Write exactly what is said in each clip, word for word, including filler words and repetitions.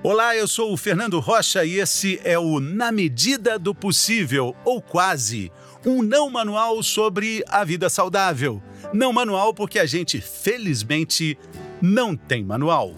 Olá, eu sou o Fernando Rocha e esse é o Na Medida do Possível, ou quase, um não manual sobre a vida saudável. Não manual porque a gente, felizmente, não tem manual.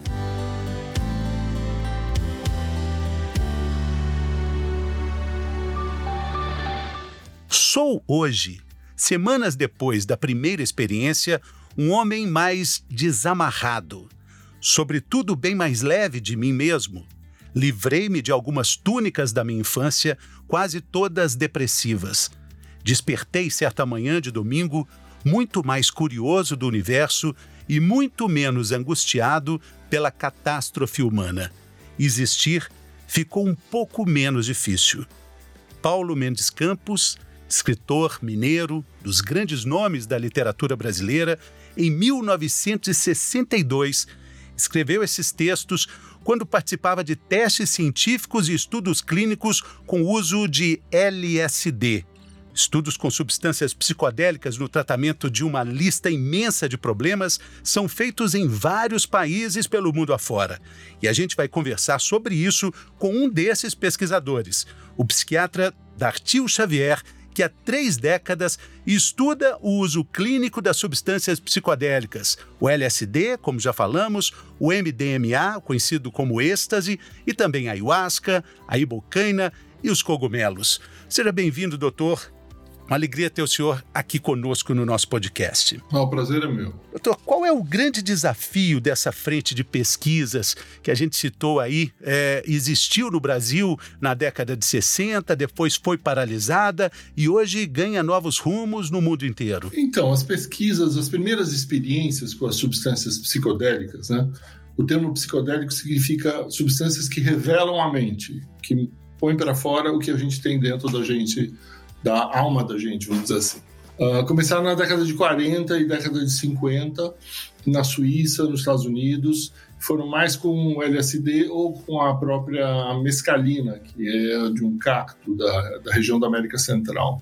Sou hoje, semanas depois da primeira experiência, um homem mais desamarrado. Sobretudo bem mais leve de mim mesmo. Livrei-me de algumas túnicas da minha infância, quase todas depressivas. Despertei certa manhã de domingo, muito mais curioso do universo e muito menos angustiado pela catástrofe humana. Existir ficou um pouco menos difícil. Paulo Mendes Campos, escritor mineiro, dos grandes nomes da literatura brasileira, em mil novecentos e sessenta e dois, escreveu esses textos quando participava de testes científicos e estudos clínicos com o uso de L S D. Estudos com substâncias psicodélicas no tratamento de uma lista imensa de problemas são feitos em vários países pelo mundo afora. E a gente vai conversar sobre isso com um desses pesquisadores, o psiquiatra Dartil Xavier, que há três décadas estuda o uso clínico das substâncias psicodélicas, o L S D, como já falamos, o M D M A, conhecido como êxtase, e também a ayahuasca, a ibogaine e os cogumelos. Seja bem-vindo, doutor. Uma alegria ter o senhor aqui conosco no nosso podcast. Ah, o prazer é meu. Doutor, qual é o grande desafio dessa frente de pesquisas que a gente citou aí? É, existiu no Brasil na década de sessenta, depois foi paralisada e hoje ganha novos rumos no mundo inteiro. Então, as pesquisas, as primeiras experiências com as substâncias psicodélicas, né? O termo psicodélico significa substâncias que revelam a mente, que põem para fora o que a gente tem dentro da gente, da alma da gente, vamos dizer assim. Uh, começaram na década de quarenta e década de cinquenta, na Suíça, nos Estados Unidos, foram mais com o L S D ou com a própria mescalina, que é de um cacto da, da região da América Central.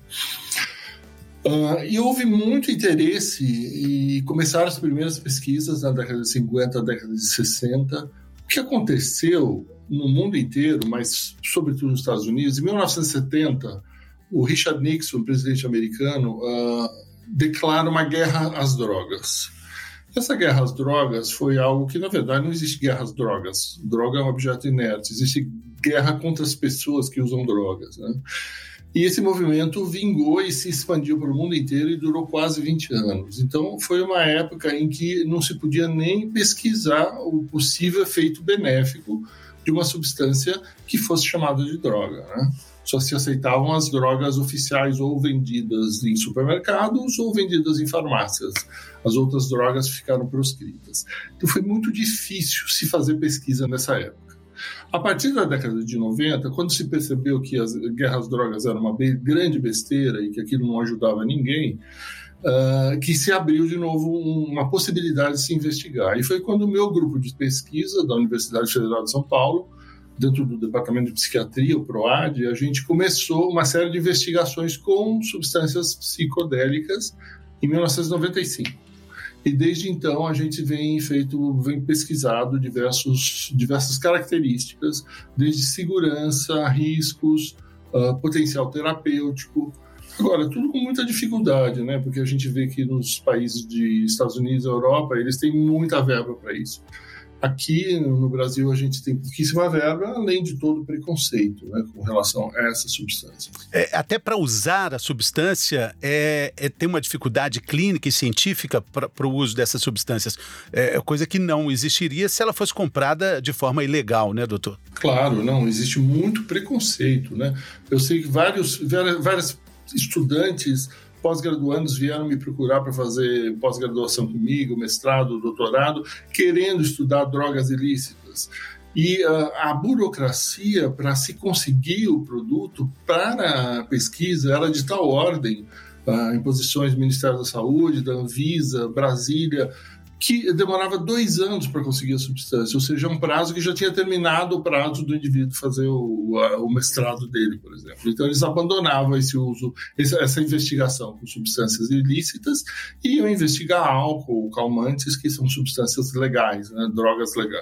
Uh, e houve muito interesse e começaram as primeiras pesquisas na década de cinquenta, década de sessenta. O que aconteceu no mundo inteiro, mas sobretudo nos Estados Unidos, em mil novecentos e setenta, o Richard Nixon, presidente americano, uh, declara uma guerra às drogas. Essa guerra às drogas foi algo que, na verdade, não existe guerra às drogas. Droga é um objeto inerte. Existe guerra contra as pessoas que usam drogas, né? E esse movimento vingou e se expandiu para o mundo inteiro e durou quase vinte anos. Então, foi uma época em que não se podia nem pesquisar o possível efeito benéfico de uma substância que fosse chamada de droga, né? Só se aceitavam as drogas oficiais ou vendidas em supermercados ou vendidas em farmácias. As outras drogas ficaram proscritas. Então foi muito difícil se fazer pesquisa nessa época. A partir da década de noventa, quando se percebeu que as guerras às drogas eram uma grande besteira e que aquilo não ajudava ninguém, uh, que se abriu de novo uma possibilidade de se investigar. E foi quando o meu grupo de pesquisa da Universidade Federal de São Paulo, dentro do Departamento de Psiquiatria, o PROAD, a gente começou uma série de investigações com substâncias psicodélicas em mil novecentos e noventa e cinco. E desde então a gente vem feito, vem pesquisado diversos, diversas características, desde segurança, riscos, uh, potencial terapêutico. Agora, tudo com muita dificuldade, né? Porque a gente vê que nos países de Estados Unidos e Europa, eles têm muita verba para isso. Aqui no Brasil a gente tem pouquíssima verba, além de todo o preconceito, né, com relação a essa substância. É, até para usar a substância, é, é, tem uma dificuldade clínica e científica para o uso dessas substâncias. É coisa que não existiria se ela fosse comprada de forma ilegal, né, doutor? Claro, não, existe muito preconceito, né? Eu sei que vários, vários estudantes pós-graduandos vieram me procurar para fazer pós-graduação comigo, mestrado, doutorado, querendo estudar drogas ilícitas. E uh, a burocracia para se conseguir o produto para a pesquisa era de tal ordem, uh, imposições do Ministério da Saúde, da Anvisa, Brasília, que demorava dois anos para conseguir a substância, ou seja, um prazo que já tinha terminado o prazo do indivíduo fazer o, a, o mestrado dele, por exemplo. Então, eles abandonavam esse uso, essa investigação com substâncias ilícitas e iam investigar álcool, calmantes, que são substâncias legais, né, drogas legais.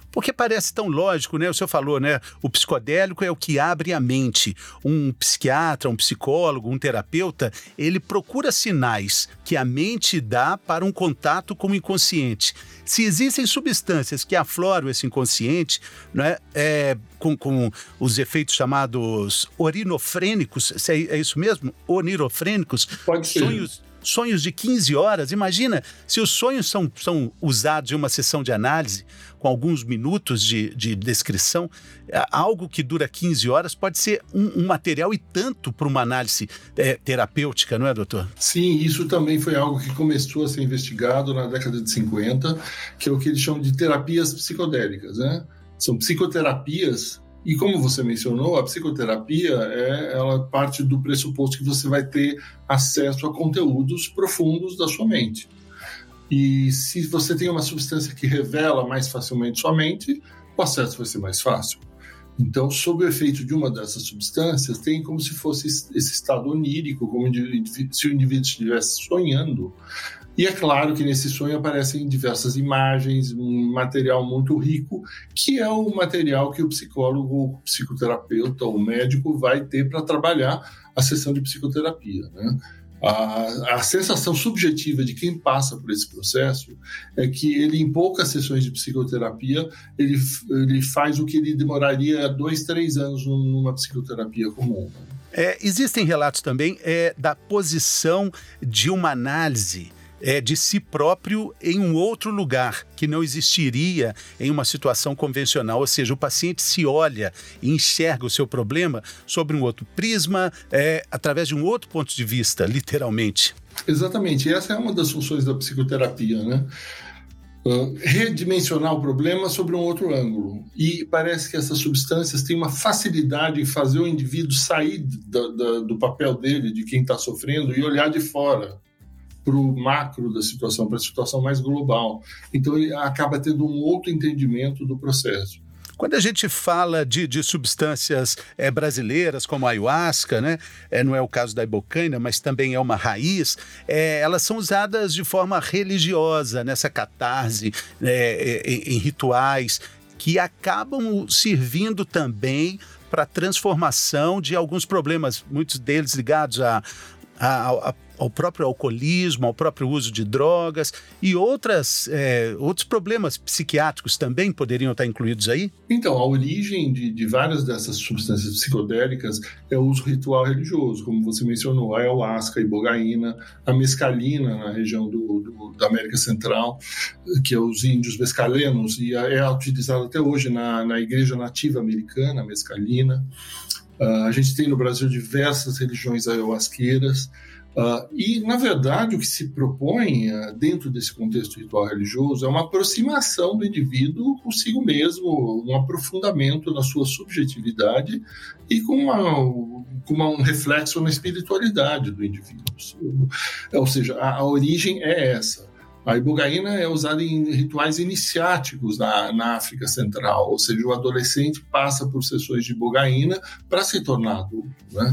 Porque parece tão lógico, né? O senhor falou, né? O psicodélico é o que abre a mente. Um psiquiatra, um psicólogo, um terapeuta, ele procura sinais que a mente dá para um contato com o inconsciente. Se existem substâncias que afloram esse inconsciente, né, é, com, com os efeitos chamados orinofrênicos, é, é isso mesmo? Onirofrênicos? Pode ser. Sonhos, sonhos de quinze horas. Imagina, se os sonhos são, são usados em uma sessão de análise, com alguns minutos de, de descrição, algo que dura quinze horas pode ser um, um material e tanto para uma análise é, terapêutica, não é, doutor? Sim, isso também foi algo que começou a ser investigado na década de cinquenta, que é o que eles chamam de terapias psicodélicas, né? São psicoterapias, e como você mencionou, a psicoterapia é, ela parte do pressuposto que você vai ter acesso a conteúdos profundos da sua mente. E se você tem uma substância que revela mais facilmente sua mente, o acesso vai ser mais fácil. Então, sob o efeito de uma dessas substâncias, tem como se fosse esse estado onírico, como se o indivíduo estivesse sonhando. E é claro que nesse sonho aparecem diversas imagens, um material muito rico, que é o material que o psicólogo, o psicoterapeuta ou o médico vai ter para trabalhar a sessão de psicoterapia, né? A, a sensação subjetiva de quem passa por esse processo é que ele, em poucas sessões de psicoterapia, ele, ele faz o que ele demoraria dois, três anos numa psicoterapia comum. É, existem relatos também é, da posição de uma análise É, de si próprio em um outro lugar, que não existiria em uma situação convencional. Ou seja, o paciente se olha e enxerga o seu problema sobre um outro prisma, é, através de um outro ponto de vista, literalmente. Exatamente, essa é uma das funções da psicoterapia, né? Uh, redimensionar o problema sobre um outro ângulo. E parece que essas substâncias têm uma facilidade em fazer o indivíduo sair da, da, do papel dele, de quem está sofrendo, e olhar de fora para o macro da situação, para a situação mais global. Então, ele acaba tendo um outro entendimento do processo. Quando a gente fala de, de substâncias é, brasileiras, como a ayahuasca, né? É, não é o caso da ibogaína, mas também é uma raiz, é, elas são usadas de forma religiosa, nessa catarse, é, em, em rituais, que acabam servindo também para a transformação de alguns problemas, muitos deles ligados a, a, a ao próprio alcoolismo, ao próprio uso de drogas e outras, é, outros problemas psiquiátricos também poderiam estar incluídos aí? Então, a origem de, de várias dessas substâncias psicodélicas é o uso ritual religioso, como você mencionou, a ayahuasca, a ibogaína, a mescalina na região do, do, da América Central, que é os índios mescalenos, e é utilizada até hoje na, na igreja nativa americana, a mescalina. Uh, a gente tem no Brasil diversas religiões ayahuasqueiras. Uh, e, na verdade, o que se propõe uh, dentro desse contexto ritual religioso é uma aproximação do indivíduo consigo mesmo, um aprofundamento na sua subjetividade e com, uma, com uma, um reflexo na espiritualidade do indivíduo. Ou seja, a, a origem é essa. A ibogaína é usada em rituais iniciáticos na, na África Central, ou seja, o adolescente passa por sessões de ibogaína para se tornar adulto, né?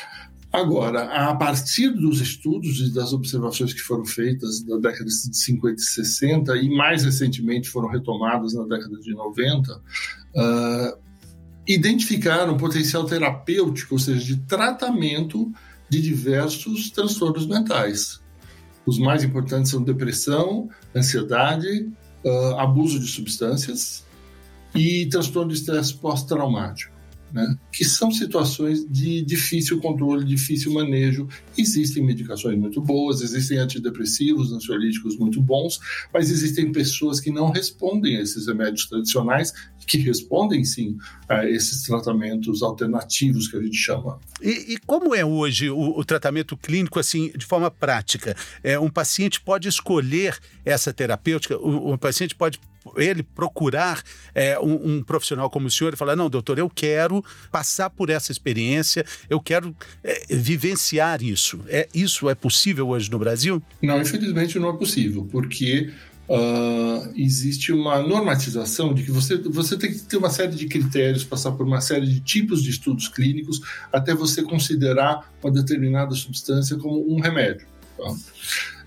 Agora, a partir dos estudos e das observações que foram feitas na década de cinquenta e sessenta e mais recentemente foram retomadas na década de noventa, uh, identificaram um potencial terapêutico, ou seja, de tratamento de diversos transtornos mentais. Os mais importantes são depressão, ansiedade, uh, abuso de substâncias e transtorno de estresse pós-traumático, né? Que são situações de difícil controle, difícil manejo. Existem medicações muito boas, existem antidepressivos, ansiolíticos muito bons, mas existem pessoas que não respondem a esses remédios tradicionais, que respondem sim a esses tratamentos alternativos que a gente chama. E, e como é hoje o, o tratamento clínico, assim, de forma prática? É, um paciente pode escolher essa terapêutica, o, o paciente pode ele procurar é, um, um profissional como o senhor e falar, não, doutor, eu quero passar por essa experiência, eu quero é, vivenciar isso. É, isso é possível hoje no Brasil? Não, infelizmente não é possível, porque uh, existe uma normatização de que você, você tem que ter uma série de critérios, passar por uma série de tipos de estudos clínicos até você considerar uma determinada substância como um remédio. Tá?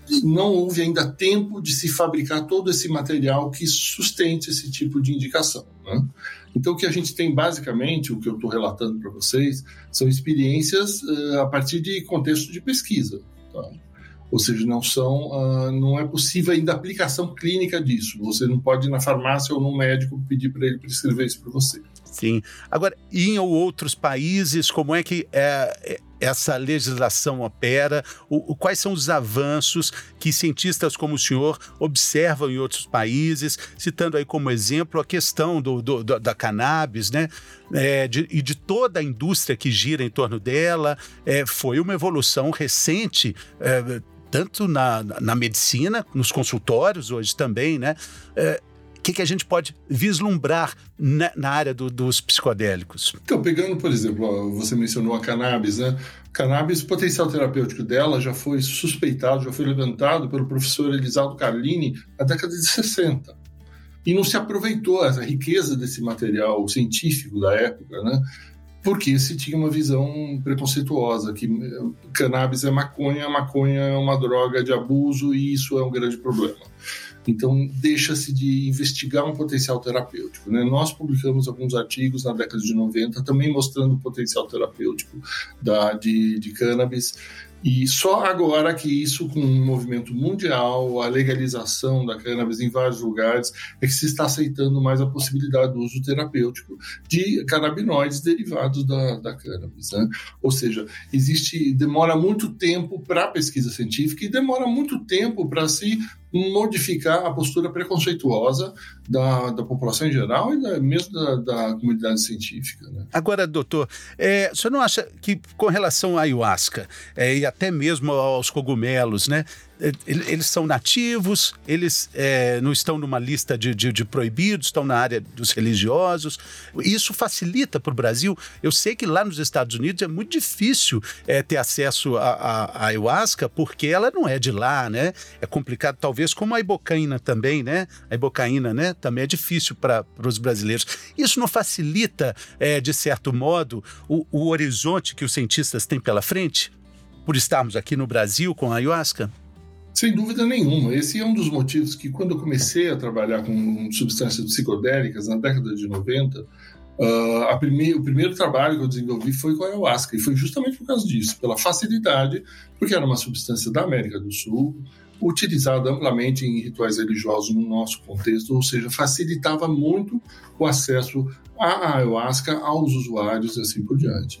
não houve ainda tempo de se fabricar todo esse material que sustente esse tipo de indicação, né? Então, o que a gente tem, basicamente, o que eu estou relatando para vocês, são experiências uh, a partir de contexto de pesquisa, tá? Ou seja, não, são, uh, não é possível ainda a aplicação clínica disso. Você não pode ir na farmácia ou no médico pedir para ele prescrever isso para você. Sim. Agora, em outros países, como é que é, essa legislação opera? O, o, quais são os avanços que cientistas como o senhor observam em outros países? Citando aí como exemplo a questão do, do, do, da cannabis, né? É, de, e de toda a indústria que gira em torno dela. É, foi uma evolução recente, é, tanto na, na medicina, nos consultórios hoje também, né? É, O que, que a gente pode vislumbrar na, na área do, dos psicodélicos? Então, pegando, por exemplo, ó, você mencionou a cannabis, né? Cannabis, o potencial terapêutico dela já foi suspeitado, já foi levantado pelo professor Elisaldo Carlini na década de sessenta. E não se aproveitou essa riqueza desse material científico da época, né? Porque se tinha uma visão preconceituosa, que cannabis é maconha, maconha é uma droga de abuso e isso é um grande problema. Então, deixa-se de investigar um potencial terapêutico, né? Nós publicamos alguns artigos na década de noventa, também mostrando o potencial terapêutico da, de, de cannabis. E só agora que isso, com um movimento mundial, a legalização da cannabis em vários lugares, é que se está aceitando mais a possibilidade do uso terapêutico de canabinoides derivados da, da cannabis, né? Ou seja, existe, demora muito tempo para a pesquisa científica e demora muito tempo para se modificar a postura preconceituosa da, da população em geral e da, mesmo da, da comunidade científica, né? Agora, doutor, é, o senhor não acha que com relação à ayahuasca é, e até mesmo aos cogumelos, né? Eles são nativos, eles é, não estão numa lista de, de, de proibidos, estão na área dos religiosos. Isso facilita para o Brasil. Eu sei que lá nos Estados Unidos é muito difícil é, ter acesso à ayahuasca, porque ela não é de lá, né? É complicado, talvez como a ibocaína também, né? A ibocaína, né? Também é difícil para os brasileiros. Isso não facilita, é, de certo modo, o, o horizonte que os cientistas têm pela frente, por estarmos aqui no Brasil com a ayahuasca? Sem dúvida nenhuma. Esse é um dos motivos que, quando eu comecei a trabalhar com substâncias psicodélicas na década de noventa, uh, a prime- o primeiro trabalho que eu desenvolvi foi com a ayahuasca, e foi justamente por causa disso, pela facilidade, porque era uma substância da América do Sul, utilizada amplamente em rituais religiosos no nosso contexto, ou seja, facilitava muito o acesso à ayahuasca aos usuários e assim por diante.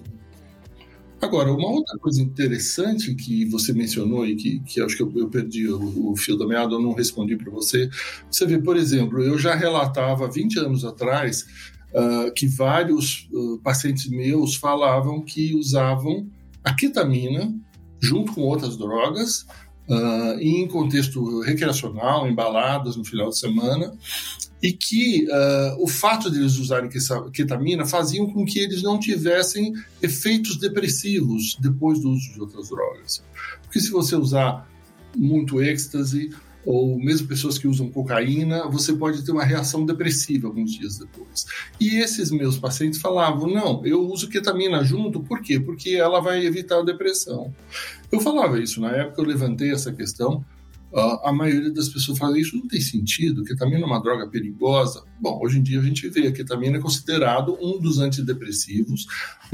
Agora, uma outra coisa interessante que você mencionou e que, que acho que eu, eu perdi o, o fio da meada, eu não respondi para você. Você vê, por exemplo, eu já relatava vinte anos atrás uh, que vários uh, pacientes meus falavam que usavam a ketamina junto com outras drogas uh, em contexto recreacional, em baladas no final de semana, e que uh, o fato de eles usarem ketamina faziam com que eles não tivessem efeitos depressivos depois do uso de outras drogas. Porque se você usar muito êxtase, ou mesmo pessoas que usam cocaína, você pode ter uma reação depressiva alguns dias depois. E esses meus pacientes falavam, não, eu uso ketamina junto, por quê? Porque ela vai evitar a depressão. Eu falava isso, na época eu levantei essa questão. Uh, a maioria das pessoas fala, isso não tem sentido, ketamina é uma droga perigosa. Bom, hoje em dia a gente vê, a ketamina é considerado um dos antidepressivos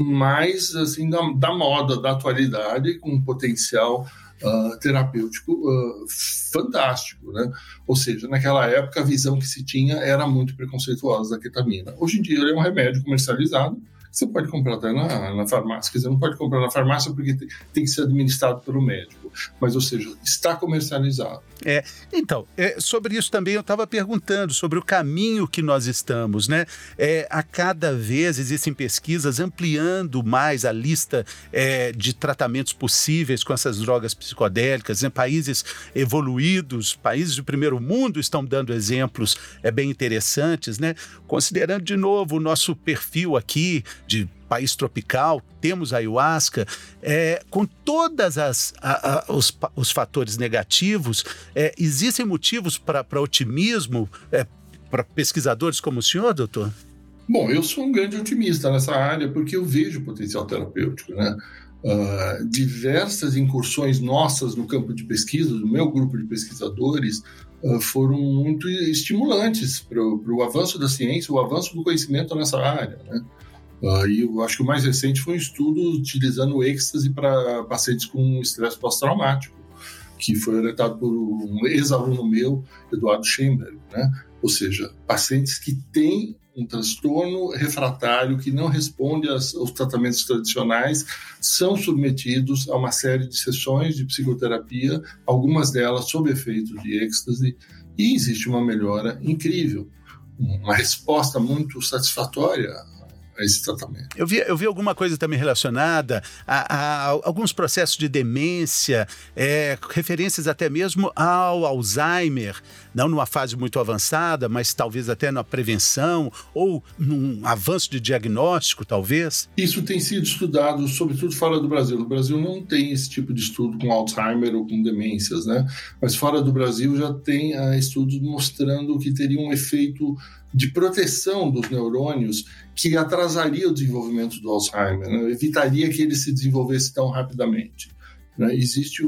mais, assim, da, da moda, da atualidade, com um potencial uh, terapêutico uh, fantástico, né? Ou seja, naquela época a visão que se tinha era muito preconceituosa da ketamina. Hoje em dia ele é um remédio comercializado, você pode comprar até na, na farmácia. Quer dizer, não pode comprar na farmácia porque tem, tem que ser administrado pelo médico. Mas, ou seja, está comercializado. É, então, é, sobre isso também eu estava perguntando, sobre o caminho que nós estamos, né? É, a cada vez existem pesquisas ampliando mais a lista é, de tratamentos possíveis com essas drogas psicodélicas. Em países evoluídos, países do primeiro mundo estão dando exemplos é, bem interessantes, né? Considerando, de novo, o nosso perfil aqui de país tropical, temos a ayahuasca, é, com todos os, os fatores negativos, é, existem motivos para otimismo é, para pesquisadores como o senhor, doutor? Bom, eu sou um grande otimista nessa área porque eu vejo potencial terapêutico, né? uh, diversas incursões nossas no campo de pesquisa, do meu grupo de pesquisadores, uh, foram muito estimulantes para o avanço da ciência, o avanço do conhecimento nessa área, né? Uh, e eu acho que o mais recente foi um estudo utilizando o êxtase para pacientes com estresse pós-traumático, que foi orientado por um ex-aluno meu, Eduardo Schemberg, né? Ou seja, pacientes que têm um transtorno refratário que não responde aos, aos tratamentos tradicionais são submetidos a uma série de sessões de psicoterapia, algumas delas sob efeito de êxtase, e existe uma melhora incrível, uma resposta muito satisfatória a esse tratamento. Eu vi, eu vi alguma coisa também relacionada a, a, a alguns processos de demência, é, referências até mesmo ao Alzheimer, não numa fase muito avançada, mas talvez até na prevenção ou num avanço de diagnóstico, talvez. Isso tem sido estudado, sobretudo fora do Brasil. No Brasil não tem esse tipo de estudo com Alzheimer ou com demências, né? Mas fora do Brasil já tem uh, estudos mostrando que teria um efeito de proteção dos neurônios que atrasaria o desenvolvimento do Alzheimer, né? Evitaria que ele se desenvolvesse tão rapidamente. Né? Existe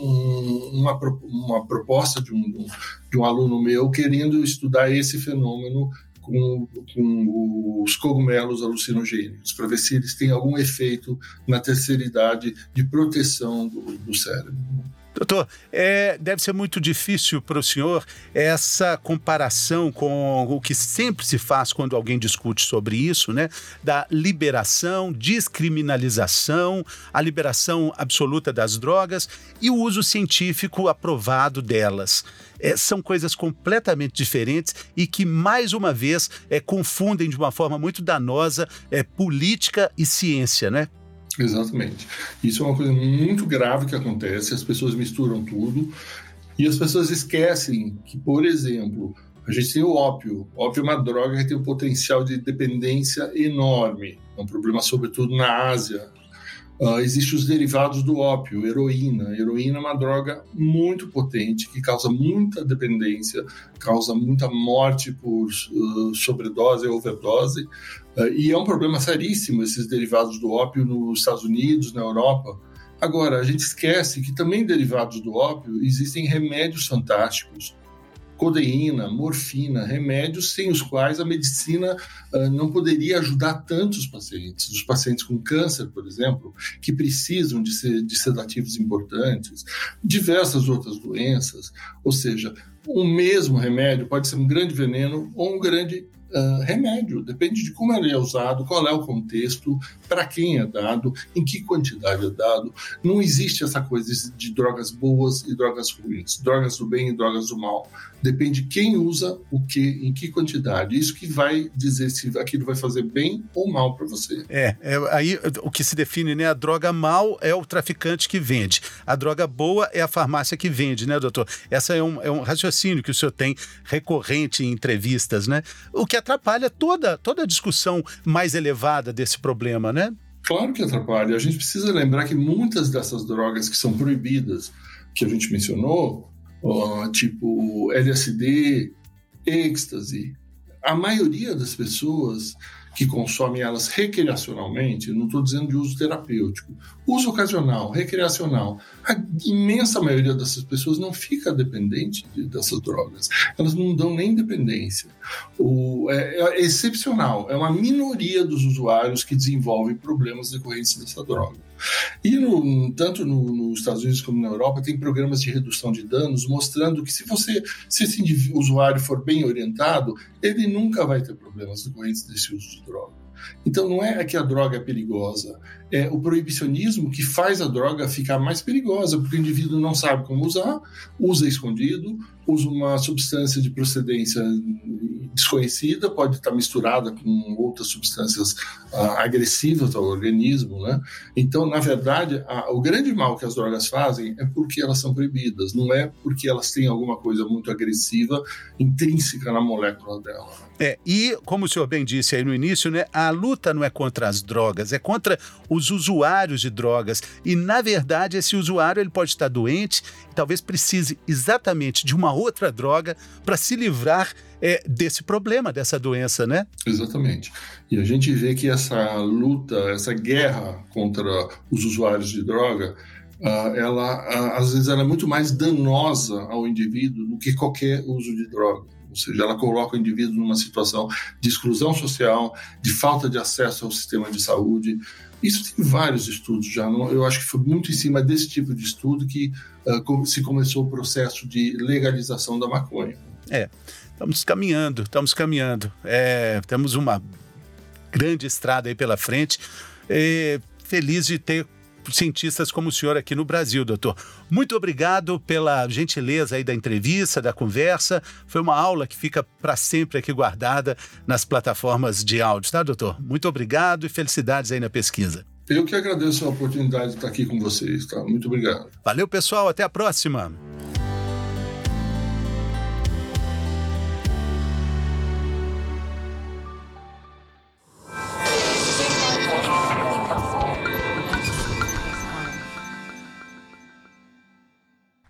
um, uma, uma proposta de um, de um aluno meu querendo estudar esse fenômeno com, com os cogumelos alucinogênicos, para ver se eles têm algum efeito na terceira idade de proteção do, do cérebro. Doutor, é, deve ser muito difícil para o senhor essa comparação com o que sempre se faz quando alguém discute sobre isso, né? Da liberação, descriminalização, a liberação absoluta das drogas e o uso científico aprovado delas. É, são coisas completamente diferentes e que, mais uma vez, é, confundem de uma forma muito danosa é, política e ciência, né? Exatamente. Isso é uma coisa muito grave que acontece, as pessoas misturam tudo e as pessoas esquecem que, por exemplo, a gente tem o ópio. O ópio é uma droga que tem um potencial de dependência enorme. É um problema, sobretudo, na Ásia. Uh, Existem os derivados do ópio, heroína. A heroína é uma droga muito potente, que causa muita dependência, causa muita morte por uh, sobredose ou overdose. Uh, e é um problema seríssimo esses derivados do ópio nos Estados Unidos, na Europa. Agora, a gente esquece que também derivados do ópio existem remédios fantásticos, codeína, morfina, remédios sem os quais a medicina uh, não poderia ajudar tantos pacientes. Os pacientes com câncer, por exemplo, que precisam de, ser, de sedativos importantes, diversas outras doenças. Ou seja, o mesmo remédio pode ser um grande veneno ou um grande Uh, remédio, depende de como ele é usado, qual é o contexto, para quem é dado, em que quantidade é dado. Não existe essa coisa de drogas boas e drogas ruins, drogas do bem e drogas do mal. Depende de quem usa o que, em que quantidade. Isso que vai dizer se aquilo vai fazer bem ou mal para você. É, é, aí o que se define, né? A droga mal é o traficante que vende. A droga boa é a farmácia que vende, né, doutor? Essa é um, é um raciocínio que o senhor tem recorrente em entrevistas, né? O que atrapalha toda, toda a discussão mais elevada desse problema, né? Claro que atrapalha. A gente precisa lembrar que muitas dessas drogas que são proibidas, que a gente mencionou, uh, tipo L S D, êxtase, a maioria das pessoas que consomem elas recreacionalmente, não estou dizendo de uso terapêutico, uso ocasional, recreacional, a imensa maioria dessas pessoas não fica dependente de, dessas drogas. Elas não dão nem dependência. O, é, é excepcional, é uma minoria dos usuários que desenvolvem problemas decorrentes dessa droga. E no, tanto no, nos Estados Unidos como na Europa tem programas de redução de danos mostrando que se você, se esse usuário for bem orientado, ele nunca vai ter problemas decorrentes desse uso de droga. Então não é que a droga é perigosa, é o proibicionismo que faz a droga ficar mais perigosa, porque o indivíduo não sabe como usar, usa escondido, usa uma substância de procedência desconhecida, pode estar misturada com outras substâncias ah, agressivas ao organismo, né? Então, na verdade, a, o grande mal que as drogas fazem é porque elas são proibidas, não é porque elas têm alguma coisa muito agressiva intrínseca na molécula dela. É, e, como o senhor bem disse aí no início, né, a a luta não é contra as drogas, é contra os usuários de drogas. E, na verdade, esse usuário ele pode estar doente e talvez precise exatamente de uma outra droga para se livrar é, desse problema, dessa doença, né? Exatamente. E a gente vê que essa luta, essa guerra contra os usuários de droga, Uh, ela, uh, às vezes, ela é muito mais danosa ao indivíduo do que qualquer uso de droga. Ou seja, ela coloca o indivíduo numa situação de exclusão social, de falta de acesso ao sistema de saúde. Isso tem vários estudos já. Não? Eu acho que foi muito em cima desse tipo de estudo que uh, se começou o processo de legalização da maconha. É, estamos caminhando, estamos caminhando. É, temos uma grande estrada aí pela frente. É, feliz de ter cientistas como o senhor aqui no Brasil, doutor. Muito obrigado pela gentileza aí da entrevista, da conversa. Foi uma aula que fica para sempre aqui guardada nas plataformas de áudio, tá, doutor? Muito obrigado e felicidades aí na pesquisa. Eu que agradeço a oportunidade de estar aqui com vocês, tá? Muito obrigado. Valeu, pessoal. Até a próxima.